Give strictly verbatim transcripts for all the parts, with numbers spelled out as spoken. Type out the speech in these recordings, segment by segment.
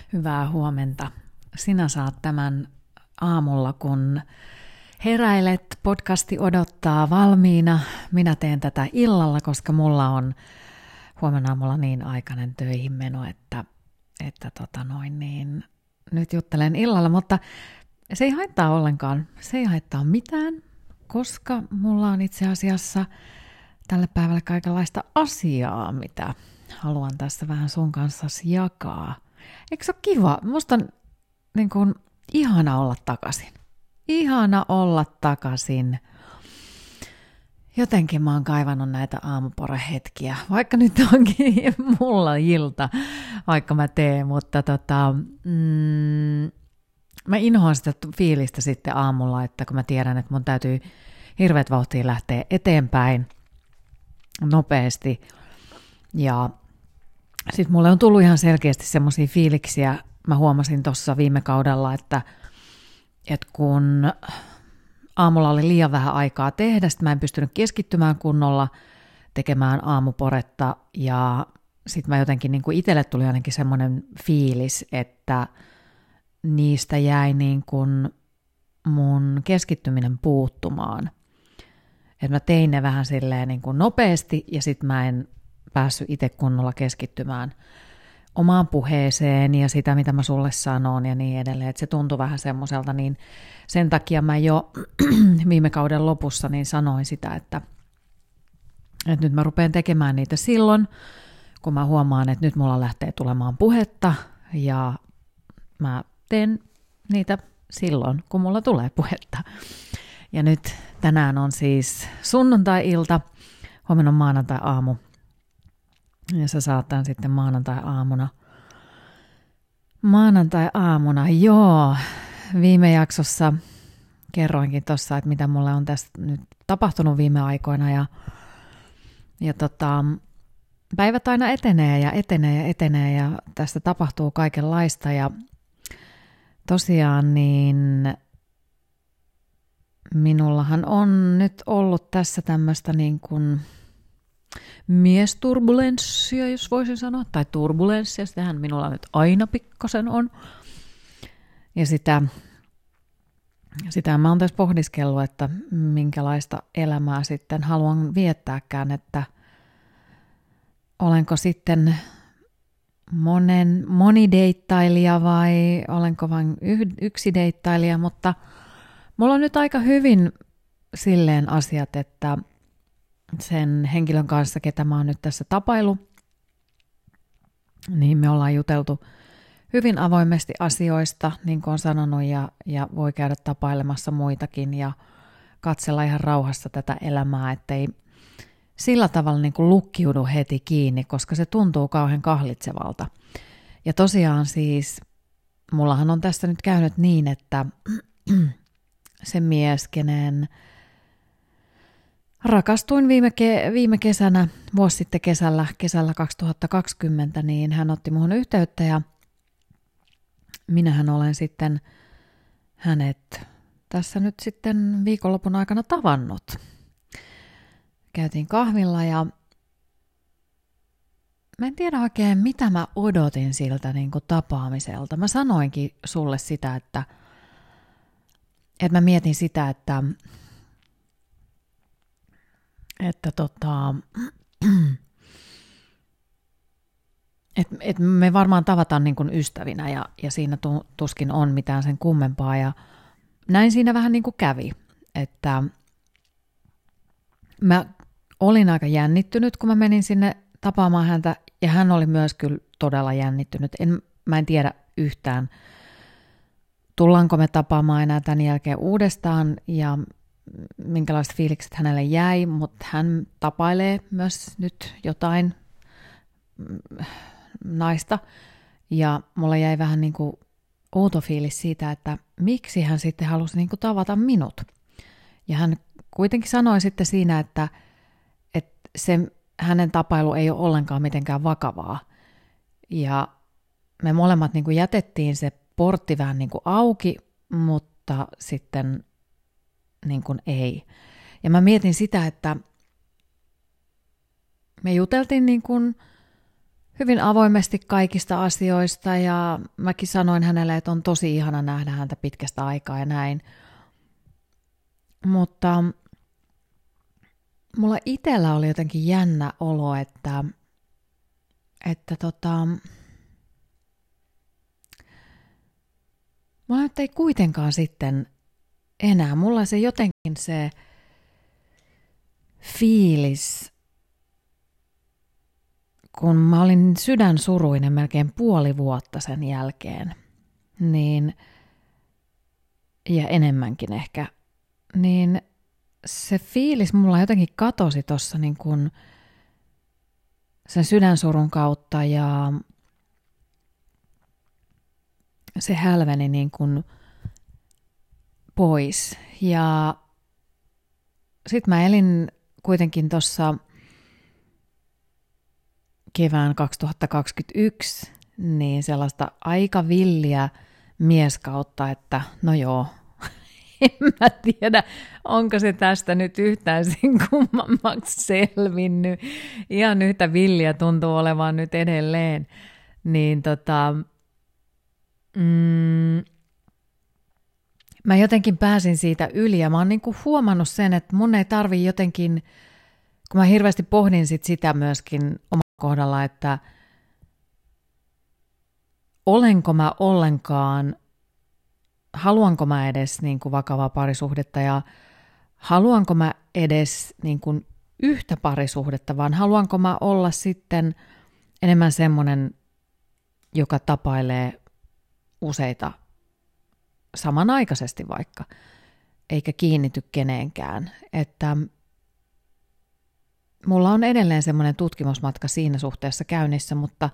Hyvää huomenta. Sinä saat tämän aamulla, kun heräilet, podcasti odottaa valmiina. Minä teen tätä illalla, koska mulla on huomenna aamulla niin aikainen töihin meno, että, että tota noin niin, nyt juttelen illalla, mutta se ei haittaa ollenkaan. Se ei haittaa mitään, koska mulla on itse asiassa tälle päivälle kaikenlaista asiaa, mitä haluan tässä vähän sun kanssa jakaa. Eikö se ole kiva? Musta on niin kuin, ihana olla takaisin. Ihana olla takaisin. Jotenkin mä oon kaivannut näitä aamuporehetkiä, vaikka nyt onkin mulla ilta, vaikka mä teen, mutta tota, mm, mä inhoan sitä fiilistä sitten aamulla, että kun mä tiedän, että mun täytyy hirveät vauhtia lähteä eteenpäin nopeasti. Ja sitten mulle on tullut ihan selkeästi semmoisia fiiliksiä, mä huomasin tuossa viime kaudella, että, että kun aamulla oli liian vähän aikaa tehdä, sitten mä en pystynyt keskittymään kunnolla tekemään aamuporetta, ja sitten mä jotenkin niin kuin itselle tuli ainakin semmoinen fiilis, että niistä jäi niin kuin mun keskittyminen puuttumaan. Että mä tein ne vähän silleen niin kuin nopeasti, ja sitten mä en päässyt itse kunnolla keskittymään omaan puheeseen ja sitä, mitä mä sulle sanon ja niin edelleen. Että se tuntui vähän semmoiselta, niin sen takia mä jo viime kauden lopussa niin sanoin sitä, että, että nyt mä rupean tekemään niitä silloin, kun mä huomaan, että nyt mulla lähtee tulemaan puhetta, ja mä teen niitä silloin, kun mulla tulee puhetta. Ja nyt tänään on siis sunnuntai-ilta, huomenna on maanantai-aamu, ja sä saat tämän sitten maanantai-aamuna. Maanantai-aamuna, joo. Viime jaksossa kerroinkin tuossa, että mitä mulle on tästä nyt tapahtunut viime aikoina. Ja, ja tota, päivät aina etenee ja etenee ja etenee ja tästä tapahtuu kaikenlaista. Ja tosiaan niin minullahan on nyt ollut tässä tämmöistä niin kuin miesturbulenssia, jos voisin sanoa, tai turbulenssia, sitähän minulla nyt aina pikkasen on. Ja sitä, sitä mä oon tässä pohdiskellut, että minkälaista elämää sitten haluan viettääkään, että olenko sitten monen, monideittailija vai olenko vain yksi deittailija, mutta mulla on nyt aika hyvin silleen asiat, että sen henkilön kanssa, ketä mä oon nyt tässä tapailu, niin me ollaan juteltu hyvin avoimesti asioista, niin kuin on sanonut, ja, ja voi käydä tapailemassa muitakin ja katsella ihan rauhassa tätä elämää, ettei sillä tavalla niin kuin lukkiudu heti kiinni, koska se tuntuu kauhean kahlitsevalta. Ja tosiaan siis, mullahan on tässä nyt käynyt niin, että se mies, kenen rakastuin viime, ke- viime kesänä, vuosi sitten kesällä, kesällä kaksituhattakaksikymmentä, niin hän otti muhun yhteyttä, ja minähän olen sitten hänet tässä nyt sitten viikonlopun aikana tavannut. Käytiin kahvilla, ja mä en tiedä oikein, mitä mä odotin siltä niin kuin tapaamiselta. Mä sanoinkin sulle sitä, että, että mä mietin sitä, että että tota, et, et me varmaan tavataan niin kuin ystävinä, ja, ja siinä tu, tuskin on mitään sen kummempaa, ja näin siinä vähän niin kuin kävi, että mä olin aika jännittynyt, kun mä menin sinne tapaamaan häntä, ja hän oli myös kyllä todella jännittynyt. En, mä en tiedä yhtään, tullaanko me tapaamaan enää tämän jälkeen uudestaan, ja minkälaiset fiilikset hänelle jäi, mutta hän tapailee myös nyt jotain naista, ja mulla jäi vähän niin kuin outo fiilis siitä, että miksi hän sitten halusi niin kuin tavata minut. Ja hän kuitenkin sanoi sitten siinä, että, että se hänen tapailu ei ole ollenkaan mitenkään vakavaa. Ja me molemmat niin kuin jätettiin se portti vähän niin kuin auki, mutta sitten niin kuin ei. Ja mä mietin sitä, että me juteltiin niin kuin hyvin avoimesti kaikista asioista ja mäkin sanoin hänelle, että on tosi ihana nähdä häntä pitkästä aikaa ja näin. Mutta mulla itsellä oli jotenkin jännä olo, että, että tota, mulla nyt ei kuitenkaan sitten enää, mulla se jotenkin se fiilis, kun mä olin sydänsuruinen melkein puoli vuotta sen jälkeen, niin, ja enemmänkin ehkä, niin se fiilis mulla jotenkin katosi tuossa niin kuin sen sydänsurun kautta ja se hälveni niin kuin pois. Ja sit mä elin kuitenkin tuossa kevään kaksituhattakaksikymmentäyksi niin sellaista aika villiä mieskautta, että no joo, en mä tiedä, onko se tästä nyt yhtään sen kummemmaksi selvinnyt. Ihan yhtä villiä tuntuu olevan nyt edelleen. Niin tota, mm, mä jotenkin pääsin siitä yli ja mä oon niinku huomannut sen, että mun ei tarvi jotenkin, kun mä hirveästi pohdin sit sitä myöskin omalla kohdalla, että olenko mä ollenkaan, haluanko mä edes niin kuin vakavaa parisuhdetta ja haluanko mä edes niin kuin yhtä parisuhdetta, vaan haluanko mä olla sitten enemmän semmoinen, joka tapailee useita samanaikaisesti vaikka, eikä kiinnity keneenkään. Että mulla on edelleen semmoinen tutkimusmatka siinä suhteessa käynnissä, mutta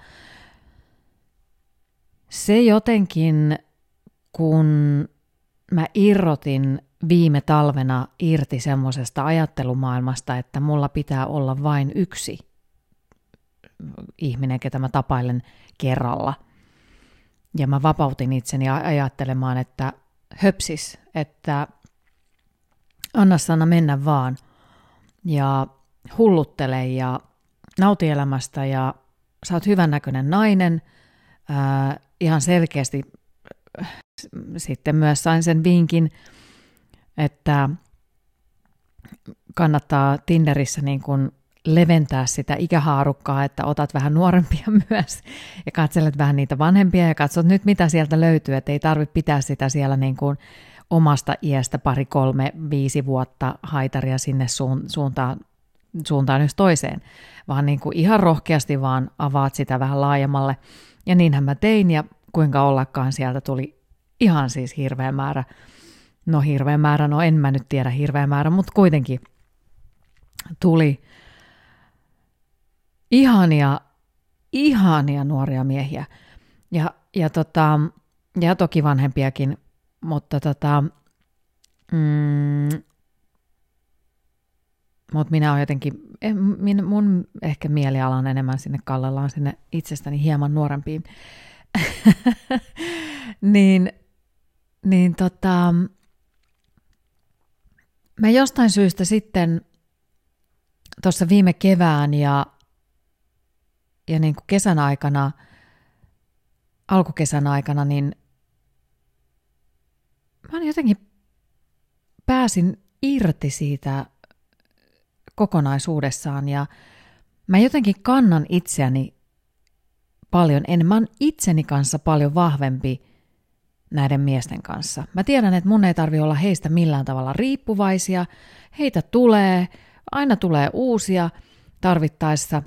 se jotenkin, kun mä irrotin viime talvena irti semmoisesta ajattelumaailmasta, että mulla pitää olla vain yksi ihminen, ketä mä tapailen kerralla. Ja mä vapautin itseni ajattelemaan, että höpsis, että anna sana mennä vaan ja hulluttele ja nauti elämästä ja sä oot hyvännäköinen nainen. Ää, ihan selkeästi sitten myös sain sen vinkin, että kannattaa Tinderissä niin kuin leventää sitä ikähaarukkaa, että otat vähän nuorempia myös ja katselet vähän niitä vanhempia ja katsot nyt mitä sieltä löytyy, että ei tarvitse pitää sitä siellä niin kuin omasta iästä pari, kolme, viisi vuotta haitaria sinne suuntaan, suuntaan jos toiseen, vaan niin kuin ihan rohkeasti vaan avaat sitä vähän laajemmalle. Ja niinhän mä tein ja kuinka ollakaan sieltä tuli ihan siis hirveä määrä, no hirveä määrä, no en mä nyt tiedä hirveä määrä, mutta kuitenkin tuli ihania, ihania nuoria miehiä ja, ja, tota, ja toki vanhempiakin, mutta tota, mm, mut minä olen jotenkin, mun ehkä mieliala on enemmän sinne kallellaan sinne itsestäni hieman nuorempiin, niin, niin tota, mä jostain syystä sitten tuossa viime kevään ja, ja niin kuin kesän aikana, alkukesän aikana, niin mä jotenkin pääsin irti siitä kokonaisuudessaan ja mä jotenkin kannan itseäni paljon enemmän. Mä oon itseni kanssa paljon vahvempi näiden miesten kanssa. Mä tiedän, että mun ei tarvitse olla heistä millään tavalla riippuvaisia. Heitä tulee, aina tulee uusia tarvittaessa.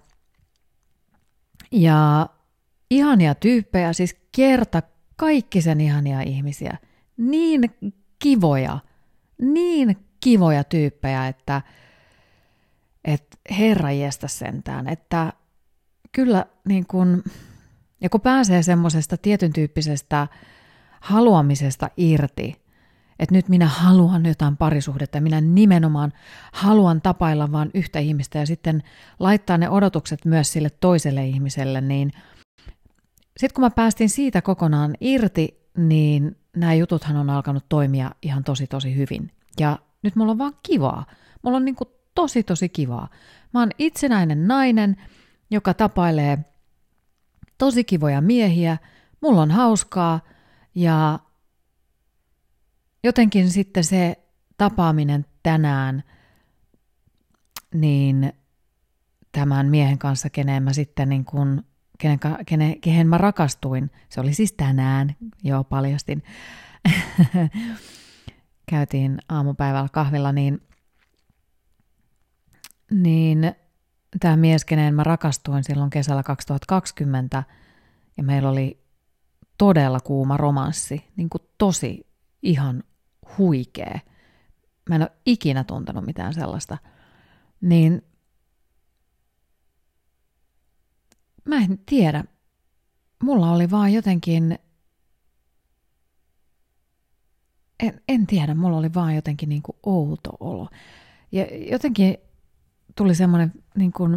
Ja ihania tyyppejä, siis kerta kaikki sen ihania ihmisiä. Niin kivoja, niin kivoja tyyppejä, että että herra jestä sentään, että kyllä niin kun, ja kun pääsee semmoisesta tietyn tyyppisestä haluamisesta irti, että nyt minä haluan jotain parisuhdetta, minä nimenomaan haluan tapailla vain yhtä ihmistä ja sitten laittaa ne odotukset myös sille toiselle ihmiselle, niin sitten kun mä päästin siitä kokonaan irti, niin nämä jututhan on alkanut toimia ihan tosi tosi hyvin. Ja nyt mulla on vaan kivaa. Mulla on niin kuin tosi tosi kivaa. Mä oon itsenäinen nainen, joka tapailee tosi kivoja miehiä, mulla on hauskaa ja jotenkin sitten se tapaaminen tänään, niin tämän miehen kanssa, kenen mä sitten niin kuin, kenen, kenen, kehen mä rakastuin, se oli siis tänään, joo paljastin, käytiin aamupäivällä kahvilla, niin, niin tämä mies, keneen mä rakastuin silloin kesällä kaksituhattakaksikymmentä, ja meillä oli todella kuuma romanssi, niin kuin tosi ihan huikea. Mä en ole ikinä tuntenut mitään sellaista. Niin mä en tiedä. Mulla oli vaan jotenkin, en, en tiedä, mulla oli vaan jotenkin niin kuin outo olo. Ja jotenkin tuli semmoinen, niin kuin,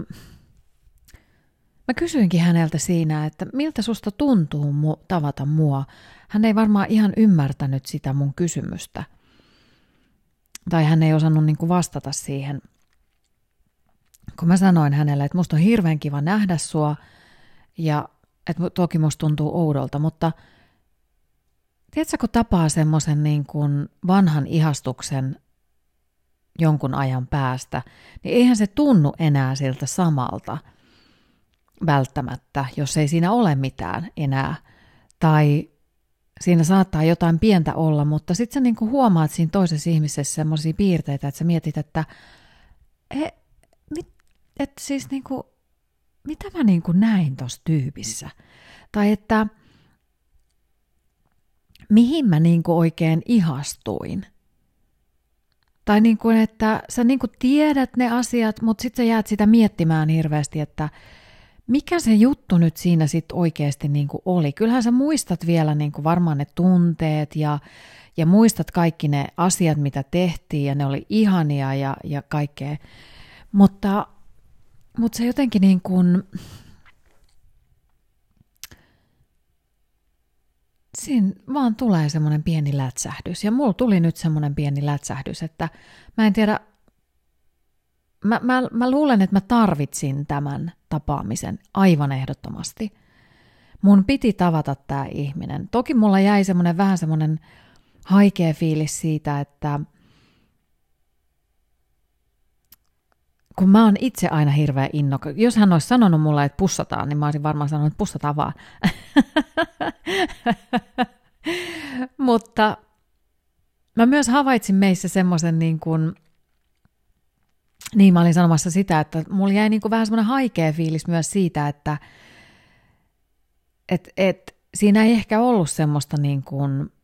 mä kysyinkin häneltä siinä, että miltä susta tuntuu mu- tavata mua. Hän ei varmaan ihan ymmärtänyt sitä mun kysymystä. Tai hän ei osannut niin kuin vastata siihen. Kun mä sanoin hänelle, että musta on hirveän kiva nähdä sua, ja että toki musta tuntuu oudolta, mutta tiedätkö, kun tapaa semmoisen niin kuin vanhan ihastuksen jonkun ajan päästä, niin eihän se tunnu enää siltä samalta välttämättä, jos ei siinä ole mitään enää. Tai siinä saattaa jotain pientä olla, mutta sitten sä niin kuin huomaat siinä toisessa ihmisessä semmoisia piirteitä, että sä mietit, että he, mit, et siis niin kuin, mitä mä niin kuin näin tuossa tyypissä? Tai että mihin mä niin kuin oikein ihastuin? Tai niin kuin, että sä niin kuin tiedät ne asiat, mutta sitten sä jäät sitä miettimään hirveästi, että mikä se juttu nyt siinä sitten oikeasti niin kuin oli. Kyllähän sä muistat vielä niin kuin varmaan ne tunteet ja, ja muistat kaikki ne asiat, mitä tehtiin ja ne oli ihania ja, ja kaikkea. Mutta, mutta se jotenkin niin kuin, siinä vaan tulee semmoinen pieni lätsähdys. Ja mulla tuli nyt semmoinen pieni lätsähdys, että mä en tiedä, mä, mä, mä luulen, että mä tarvitsin tämän tapaamisen aivan ehdottomasti. Mun piti tavata tämä ihminen. Toki mulla jäi semmoinen vähän semmoinen haikea fiilis siitä, että kun mä oon itse aina hirveän innokas. Jos hän olisi sanonut mulle, että pussataan, niin mä olisin varmaan sanonut, että pussataan vaan. Mutta mä myös havaitsin meissä semmoisen niin kuin, niin mä olin sanomassa sitä, että mulla jäi niin kuin vähän semmoinen haikea fiilis myös siitä, että et, et, siinä ei ehkä ollut semmoista niin kuin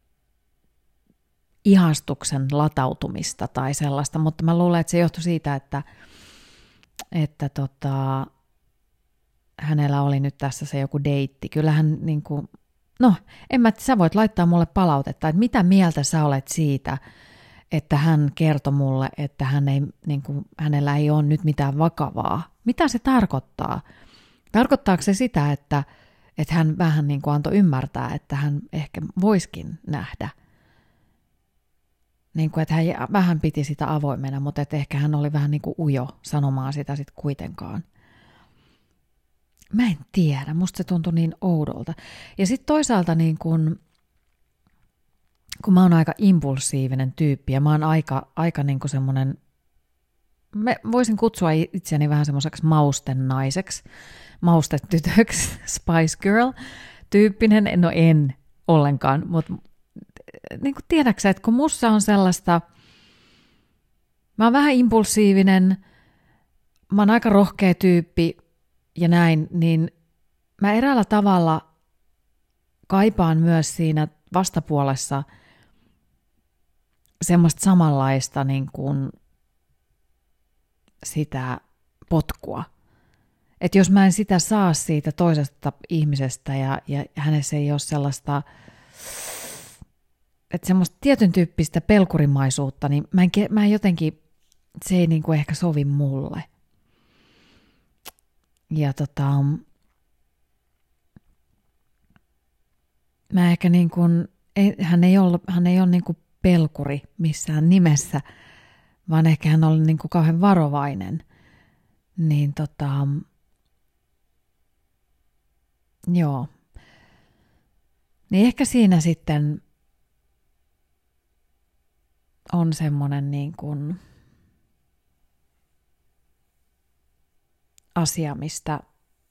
ihastuksen latautumista tai sellaista, mutta mä luulen, että se johtui siitä, että että tota, hänellä oli nyt tässä se joku deitti. Kyllähän niin kuin, no en mä, sä voit laittaa mulle palautetta, että mitä mieltä sä olet siitä, että hän kertoi mulle, että hän ei, niin kuin, hänellä ei ole nyt mitään vakavaa. Mitä se tarkoittaa? Tarkoittaako se sitä, että, että hän vähän niin kuin antoi ymmärtää, että hän ehkä voisikin nähdä? Niin kuin, että hän vähän piti sitä avoimena, mutta että ehkä hän oli vähän niin kuin ujo sanomaan sitä sitten kuitenkaan. Mä en tiedä, musta se tuntui niin oudolta. Ja sitten toisaalta niin kun, kun mä oon aika impulsiivinen tyyppi ja mä oon aika, aika niin kuin semmoinen, mä voisin kutsua itseäni vähän semmoiseksi mausten naiseksi, maustetytöksi, Spice Girl tyyppinen, no en ollenkaan, mutta niin kuin tiedäksä, että kun mussa on sellaista, mä oon vähän impulsiivinen, mä oon aika rohkea tyyppi ja näin, niin mä eräällä tavalla kaipaan myös siinä vastapuolessa semmoista samanlaista niin kuin sitä potkua. Että jos mä en sitä saa siitä toisesta ihmisestä ja, ja hänessä ei ole sellaista, että semmoista tietyn tyyppistä pelkurimaisuutta, niin mä en, mä en jotenkin, se ei niin kuin ehkä sovi mulle. Ja tota, mä ehkä niin kuin, ei, hän ei ole, hän ei ole niin kuin pelkuri missään nimessä, vaan ehkä hän oli niin kuin kauhean varovainen. Niin tota, joo. Niin ehkä siinä sitten on semmoinen niin kuin asia, mistä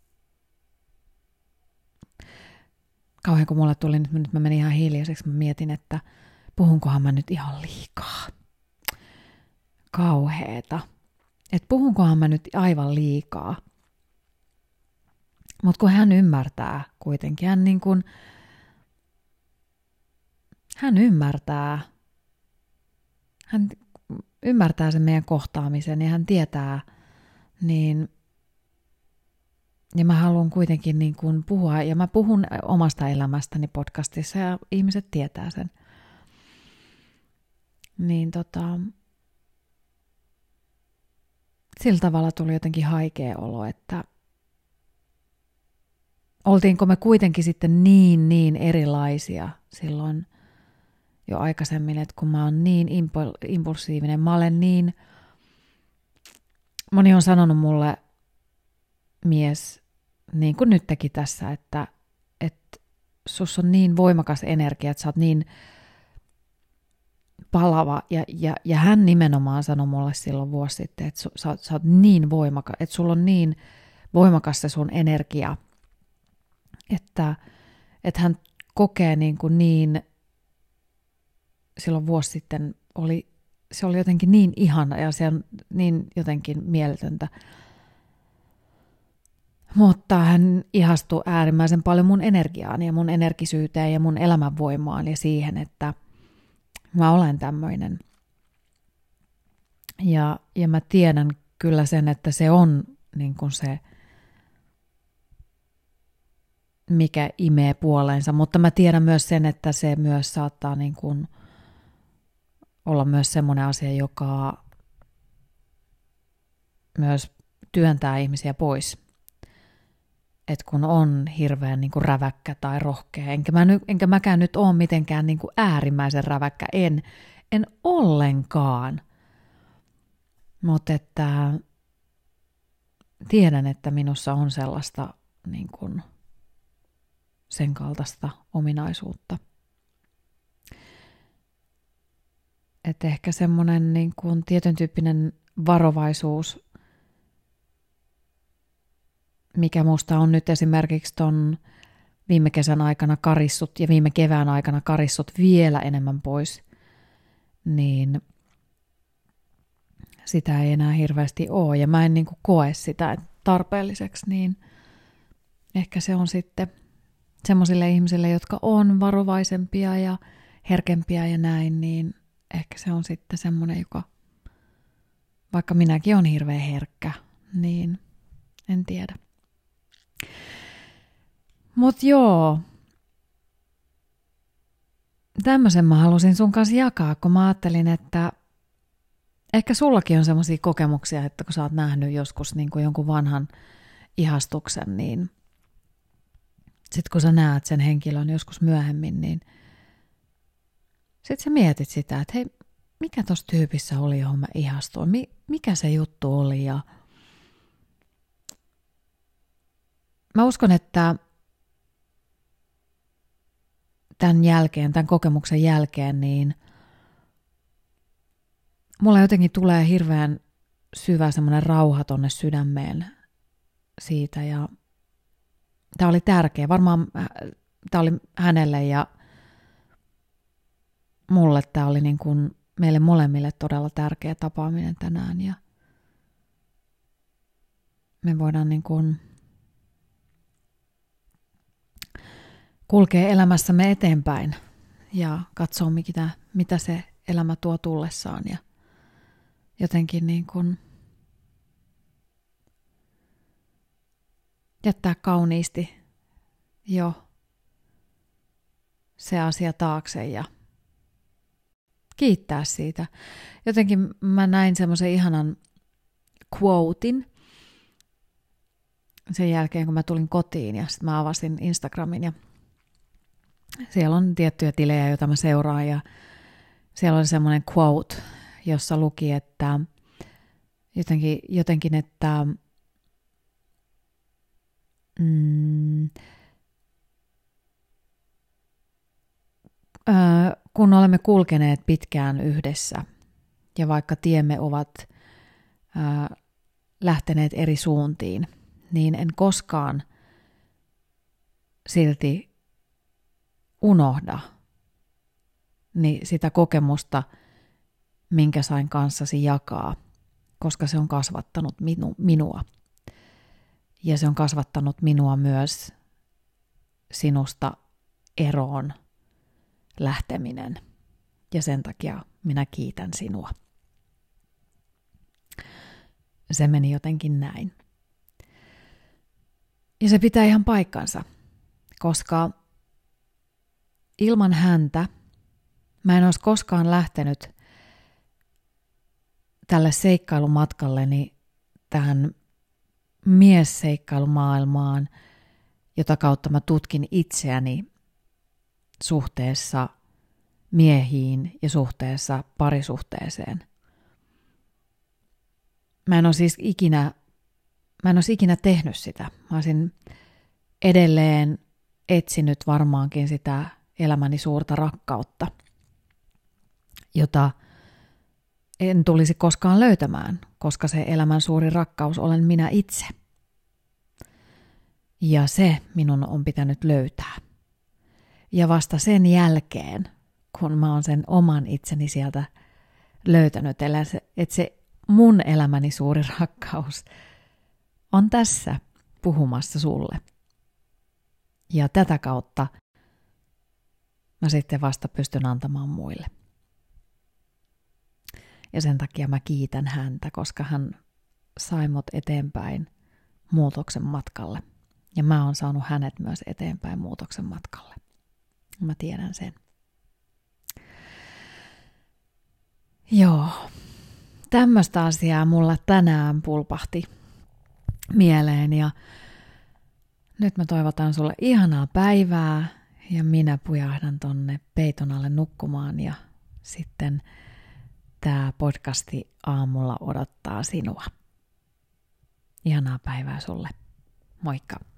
kauhean kun mulle tuli, nyt, nyt mä menin ihan hiljaiseksi, mä mietin, että puhunkohan mä nyt ihan liikaa. Kauheeta. Että puhunkohan mä nyt aivan liikaa. Mutta kun hän ymmärtää kuitenkin, hän, niin kun, hän ymmärtää, hän ymmärtää sen meidän kohtaamisen ja hän tietää, niin ja mä haluan kuitenkin niin kun puhua, ja mä puhun omasta elämästäni podcastissa ja ihmiset tietää sen. Niin tota, sillä tavalla tuli jotenkin haikea olo, että oltiinko me kuitenkin sitten niin, niin erilaisia silloin jo aikaisemmin, että kun mä oon niin impul- impulsiivinen, mä olen niin, moni on sanonut mulle, mies, niin kuin nyt teki tässä, että, että sus on niin voimakas energia, että sä oot niin palava, ja, ja, ja hän nimenomaan sanoi mulle silloin vuosi sitten, että su, sä, sä oot niin voimakas, että sulla on niin voimakas se sun energia, että, että hän kokee niin kuin niin, silloin vuosi sitten oli, se oli jotenkin niin ihana ja se on niin jotenkin mieletöntä. Mutta hän ihastui äärimmäisen paljon mun energiaan ja mun energisyyteen ja mun elämänvoimaan ja siihen, että mä olen tämmöinen. Ja, ja mä tiedän kyllä sen, että se on niin kuin se, mikä imee puoleensa, mutta mä tiedän myös sen, että se myös saattaa niin kuin olla myös semmoinen asia, joka myös työntää ihmisiä pois. Että kun on hirveän niin kuin räväkkä tai rohkea, enkä, mä ny, enkä mäkään nyt ole mitenkään niin kuin äärimmäisen räväkkä, en, en ollenkaan. Mutta että tiedän, että minussa on sellaista niin kuin sen kaltaista ominaisuutta. Että ehkä semmoinen niin kuin tietyn tyyppinen varovaisuus, mikä musta on nyt esimerkiksi ton viime kesän aikana karissut ja viime kevään aikana karissut vielä enemmän pois, niin sitä ei enää hirveästi ole. Ja mä en niin kuin koe sitä tarpeelliseksi, niin ehkä se on sitten semmoisille ihmisille, jotka on varovaisempia ja herkempiä ja näin, niin ehkä se on sitten semmoinen, joka, vaikka minäkin on hirveän herkkä, niin en tiedä. Mut joo, tämmöisen mä halusin sun kanssa jakaa, kun mä ajattelin, että ehkä sullakin on semmoisia kokemuksia, että kun sä oot nähnyt joskus niin kuin jonkun vanhan ihastuksen, niin sit kun sä näet sen henkilön joskus myöhemmin, niin sit sä mietit sitä, että hei, mikä tossa tyypissä oli, johon mä ihastuin, mikä se juttu oli, ja mä uskon, että tämän jälkeen, tämän kokemuksen jälkeen, niin mulla jotenkin tulee hirveän syvä semmoinen rauha tonne sydämeen siitä, ja tämä oli tärkeä. Varmaan tämä oli hänelle ja mulle tämä oli niin kuin meille molemmille todella tärkeä tapaaminen tänään, ja me voidaan niin kuin kulkee elämässämme eteenpäin ja katsoo, mitä, mitä se elämä tuo tullessaan, ja jotenkin niin kuin jättää kauniisti jo se asia taakse ja kiittää siitä. Jotenkin mä näin semmoisen ihanan quotein sen jälkeen, kun mä tulin kotiin ja sitten mä avasin Instagramin ja siellä on tiettyjä tilejä, joita mä seuraan, ja siellä oli semmoinen quote, jossa luki, että jotenkin, jotenkin että mm, kun olemme kulkeneet pitkään yhdessä ja vaikka tiemme ovat ää, lähteneet eri suuntiin, niin en koskaan silti unohda niin sitä kokemusta, minkä sain kanssasi jakaa, koska se on kasvattanut minu, minua. Ja se on kasvattanut minua myös sinusta eroon lähteminen. Ja sen takia minä kiitän sinua. Se meni jotenkin näin. Ja se pitää ihan paikkansa, koska ilman häntä mä en olisi koskaan lähtenyt tälle seikkailumatkalleni tähän miesseikkailumaailmaan, jota kautta mä tutkin itseäni suhteessa miehiin ja suhteessa parisuhteeseen. Mä en ole siis ikinä, mä en olisi ikinä tehnyt sitä. Mä olisin edelleen etsinyt varmaankin sitä elämäni suurta rakkautta, jota en tulisi koskaan löytämään, koska se elämän suuri rakkaus olen minä itse. Ja se minun on pitänyt löytää. Ja vasta sen jälkeen, kun mä oon sen oman itseni sieltä löytänyt, että se mun elämäni suuri rakkaus on tässä puhumassa sulle. Ja tätä kautta mä sitten vasta pystyn antamaan muille. Ja sen takia mä kiitän häntä, koska hän sai mut eteenpäin muutoksen matkalle. Ja mä oon saanut hänet myös eteenpäin muutoksen matkalle. Mä tiedän sen. Joo, tämmöistä asiaa mulla tänään pulpahti mieleen ja nyt mä toivotan sulle ihanaa päivää ja minä pujahdan tonne peiton alle nukkumaan ja sitten tää podcasti aamulla odottaa sinua. Ihanaa päivää sulle. Moikka!